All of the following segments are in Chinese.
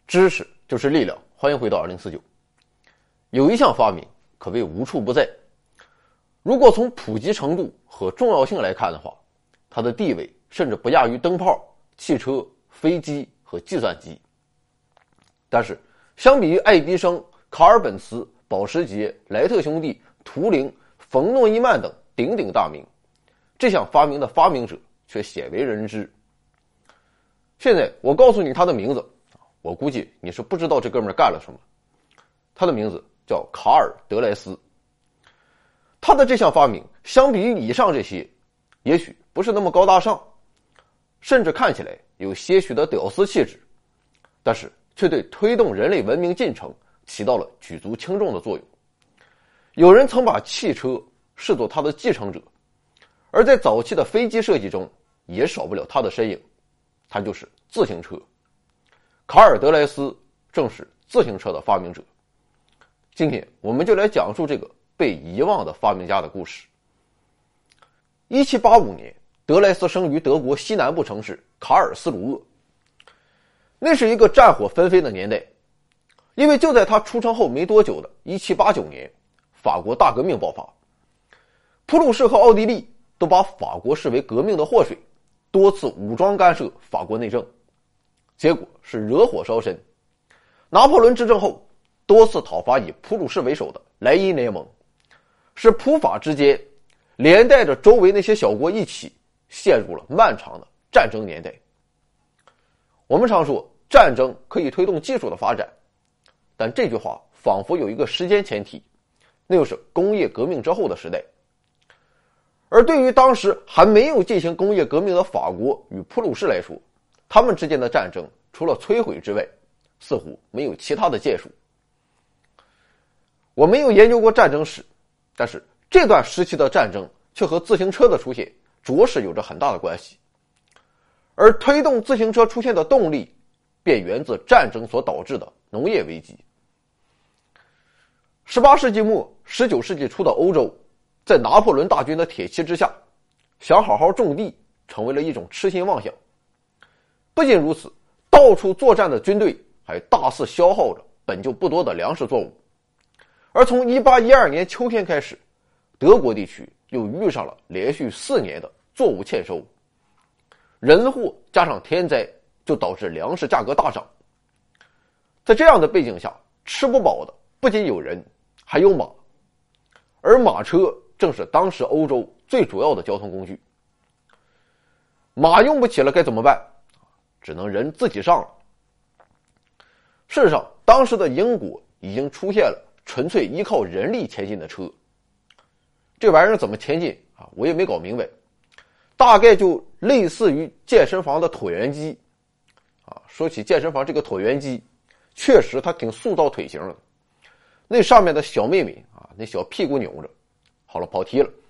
知识就是力量，欢迎回到2049。有一项发明可谓无处不在，如果从普及程度和重要性来看的话，它的地位甚至不亚于灯泡、汽车、飞机和计算机。但是相比于爱迪生、卡尔本茨、保时捷、莱特兄弟、图灵、冯诺依曼等鼎鼎大名，这项发明的发明者却鲜为人知。现在我告诉你他的名字，我估计你是不知道这哥们儿干了什么。他的名字叫卡尔·德莱斯。他的这项发明相比于以上这些，也许不是那么高大上，甚至看起来有些许的屌丝气质，但是却对推动人类文明进程起到了举足轻重的作用。有人曾把汽车视作他的继承者，而在早期的飞机设计中也少不了他的身影，他就是自行车。卡尔·德莱斯正是自行车的发明者。今天我们就来讲述这个被遗忘的发明家的故事。1785年，德莱斯生于德国西南部城市卡尔斯鲁厄。那是一个战火纷飞的年代，因为就在他出生后没多久的1789年，法国大革命爆发。普鲁士和奥地利都把法国视为革命的祸水，多次武装干涉法国内政，结果是惹火烧身。拿破仑执政后，多次讨伐以普鲁士为首的莱茵联盟，使普法之间连带着周围那些小国一起陷入了漫长的战争年代。我们常说战争可以推动技术的发展，但这句话仿佛有一个时间前提，那就是工业革命之后的时代。而对于当时还没有进行工业革命的法国与普鲁士来说，他们之间的战争除了摧毁之外，似乎没有其他的建树。我没有研究过战争史，但是这段时期的战争却和自行车的出现着实有着很大的关系。而推动自行车出现的动力便源自战争所导致的农业危机。18世纪末19世纪初的欧洲，在拿破仑大军的铁骑之下，想好好种地成为了一种痴心妄想。不仅如此，到处作战的军队还大肆消耗着本就不多的粮食作物。而从1812年秋天开始，德国地区又遇上了连续4年的作物欠收，人祸加上天灾，就导致粮食价格大涨。在这样的背景下，吃不饱的不仅有人，还有马，而马车正是当时欧洲最主要的交通工具。马用不起了该怎么办？只能人自己上了。事实上，当时的英国已经出现了纯粹依靠人力前进的车。这玩意儿怎么前进啊？我也没搞明白，大概就类似于健身房的椭圆机啊。说起健身房这个椭圆机，确实它挺塑造腿型的，那上面的小妹妹啊，那小屁股扭着。好了，跑题了。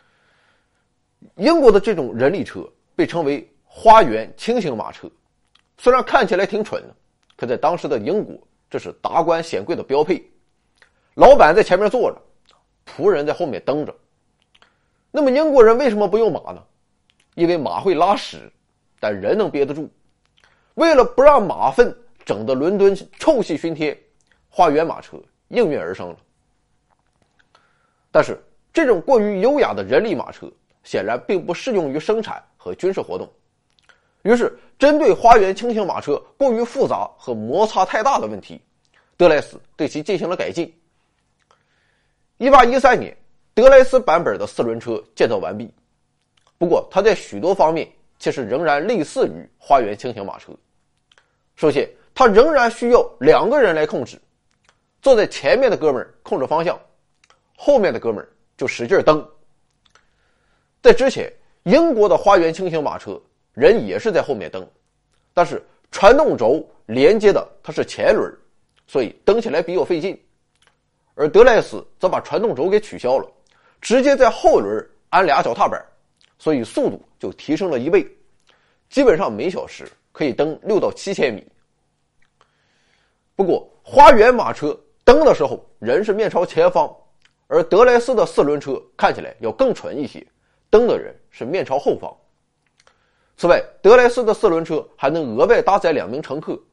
英国的这种人力车被称为花园轻型马车，虽然看起来挺蠢的，可在当时的英国，这是达官显贵的标配。老板在前面坐着，仆人在后面蹬着。那么英国人为什么不用马呢？因为马会拉屎，但人能憋得住。为了不让马粪整得伦敦臭气熏天，花园马车应运而生了。但是这种过于优雅的人力马车显然并不适用于生产和军事活动，于是针对花园轻型马车过于复杂和摩擦太大的问题，德莱斯对其进行了改进。1813年，德莱斯版本的4轮车建造完毕，不过它在许多方面其实仍然类似于花园轻型马车。首先，它仍然需要2个人来控制，坐在前面的哥们儿控制方向，后面的哥们儿就使劲蹬。在之前，英国的花园轻型马车人也是在后面蹬，但是传动轴连接的它是前轮，所以蹬起来比较费劲。而德莱斯则把传动轴给取消了，直接在后轮安2脚踏板，所以速度就提升了1倍，基本上每小时可以蹬6到7千米。不过花园马车蹬的时候人是面朝前方，而德莱斯的4轮车看起来要更蠢一些，蹬的人是面朝后方。此外，德莱斯的4轮车还能额外搭载2名乘客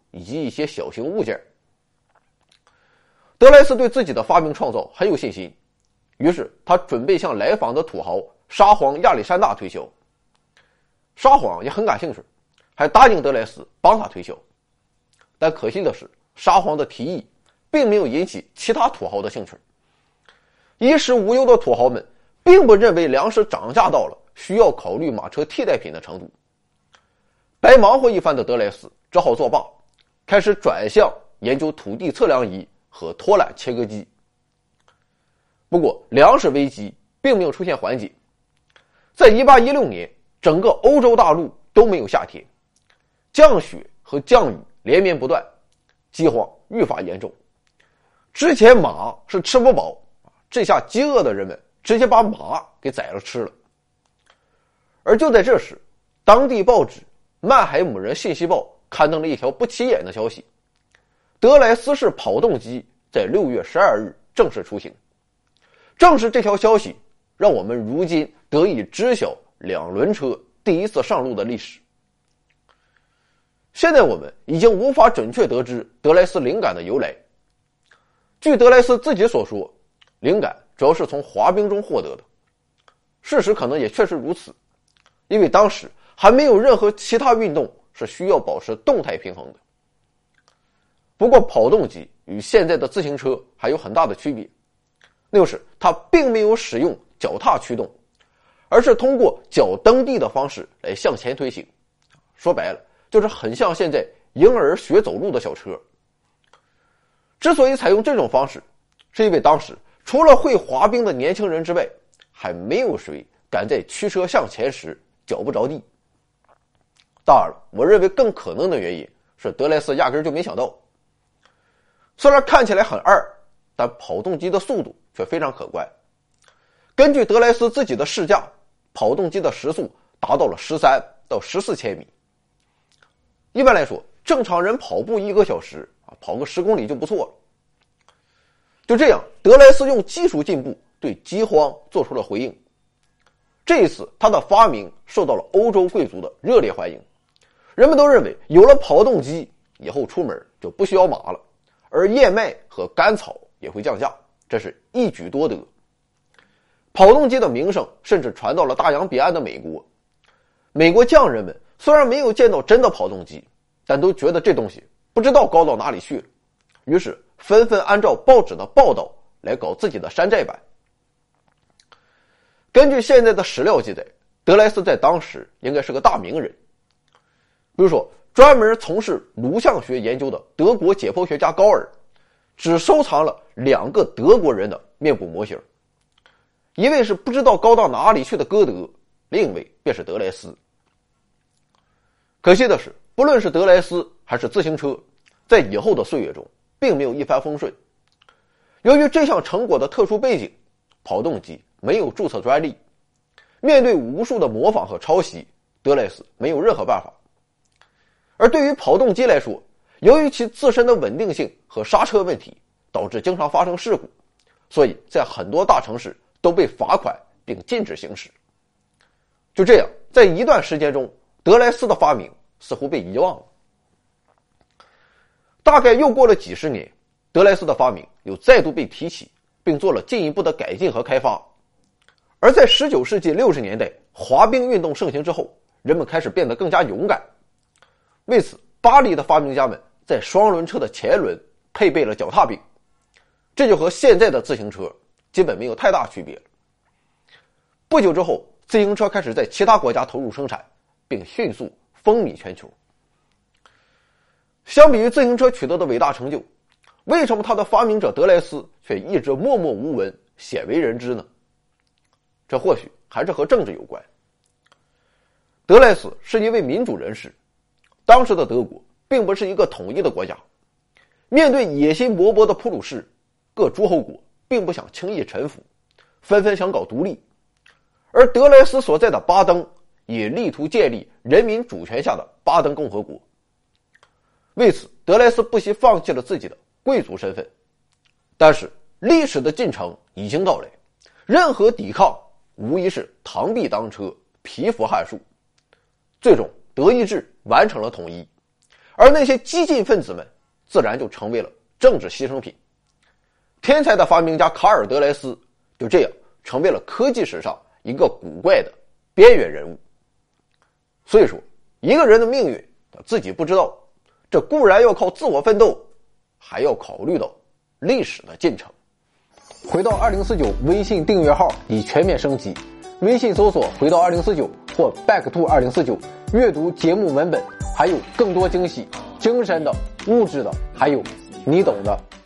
以及一些小型物件。德莱斯对自己的发明创造很有信心，于是他准备向来访的土豪沙皇亚历山大推销。沙皇也很感兴趣，还答应德莱斯帮他推销。但可惜的是，沙皇的提议并没有引起其他土豪的兴趣。衣食无忧的土豪们并不认为粮食涨价到了需要考虑马车替代品的程度。白忙活一番的德莱斯只好作罢，开始转向研究土地测量仪和拖缆切割机。不过粮食危机并没有出现缓解，在1816年，整个欧洲大陆都没有夏天，降雪和降雨连绵不断，饥荒愈发严重。之前马是吃不饱，这下饥饿的人们直接把马给宰了吃了。而就在这时，当地报纸《曼海姆人信息报》刊登了一条不起眼的消息：德莱斯式跑动机在6月12日正式出行。正是这条消息让我们如今得以知晓两轮车第一次上路的历史。现在我们已经无法准确得知德莱斯灵感的由来。据德莱斯自己所说，灵感主要是从滑冰中获得的。事实可能也确实如此，因为当时还没有任何其他运动是需要保持动态平衡的。不过跑动机与现在的自行车还有很大的区别，那就是它并没有使用脚踏驱动，而是通过脚蹬地的方式来向前推行。说白了，就是很像现在婴儿学走路的小车。之所以采用这种方式，是因为当时除了会滑冰的年轻人之外，还没有谁敢在驱车向前时脚不着地。当然了，我认为更可能的原因是德莱斯压根就没想到。虽然看起来很二，但跑动机的速度却非常可观。根据德莱斯自己的试驾，跑动机的时速达到了13到14千米。一般来说，正常人跑步1个小时跑个10公里就不错了。就这样，德莱斯用技术进步对饥荒做出了回应。这一次，他的发明受到了欧洲贵族的热烈欢迎。人们都认为，有了跑动机以后出门就不需要马了，而燕麦和甘草也会降价，这是一举多得。跑动机的名声甚至传到了大洋彼岸的美国。美国匠人们虽然没有见到真的跑动机，但都觉得这东西不知道高到哪里去了，于是纷纷按照报纸的报道来搞自己的山寨版。根据现在的史料记载，德莱斯在当时应该是个大名人。比如说，专门从事颅相学研究的德国解剖学家高尔，只收藏了2个德国人的面部模型，一位是不知道高到哪里去的歌德，另一位便是德莱斯。可惜的是，不论是德莱斯还是自行车，在以后的岁月中并没有一帆风顺。由于这项成果的特殊背景，跑动机没有注册专利，面对无数的模仿和抄袭，德莱斯没有任何办法。而对于跑动机来说，由于其自身的稳定性和刹车问题，导致经常发生事故，所以在很多大城市都被罚款并禁止行驶。就这样，在一段时间中，德莱斯的发明似乎被遗忘了。大概又过了几十年，德莱斯的发明又再度被提起，并做了进一步的改进和开发。而在19世纪60年代，滑冰运动盛行之后，人们开始变得更加勇敢。为此，巴黎的发明家们在双轮车的前轮配备了脚踏柄，这就和现在的自行车基本没有太大区别了。不久之后，自行车开始在其他国家投入生产，并迅速风靡全球。相比于自行车取得的伟大成就，为什么他的发明者德莱斯却一直默默无闻，鲜为人知呢？这或许还是和政治有关。德莱斯是一位民主人士，当时的德国并不是一个统一的国家，面对野心勃勃的普鲁士，各诸侯国并不想轻易臣服，纷纷想搞独立。而德莱斯所在的巴登也力图建立人民主权下的巴登共和国。为此，德莱斯不惜放弃了自己的贵族身份。但是历史的进程已经到来，任何抵抗无疑是螳臂当车，蚍蜉撼树。最终德意志完成了统一， 而那些激进分子们自然就成为了政治牺牲品。天才的发明家卡尔德莱斯就这样成为了科技史上一个古怪的边缘人物。所以说，一个人的命运他自己不知道，这固然要靠自我奋斗，还要考虑到历史的进程。回到2049，微信订阅号已全面升级，微信搜索回到2049或 back to 2049，阅读节目文本，还有更多惊喜，精神的、物质的，还有你懂的。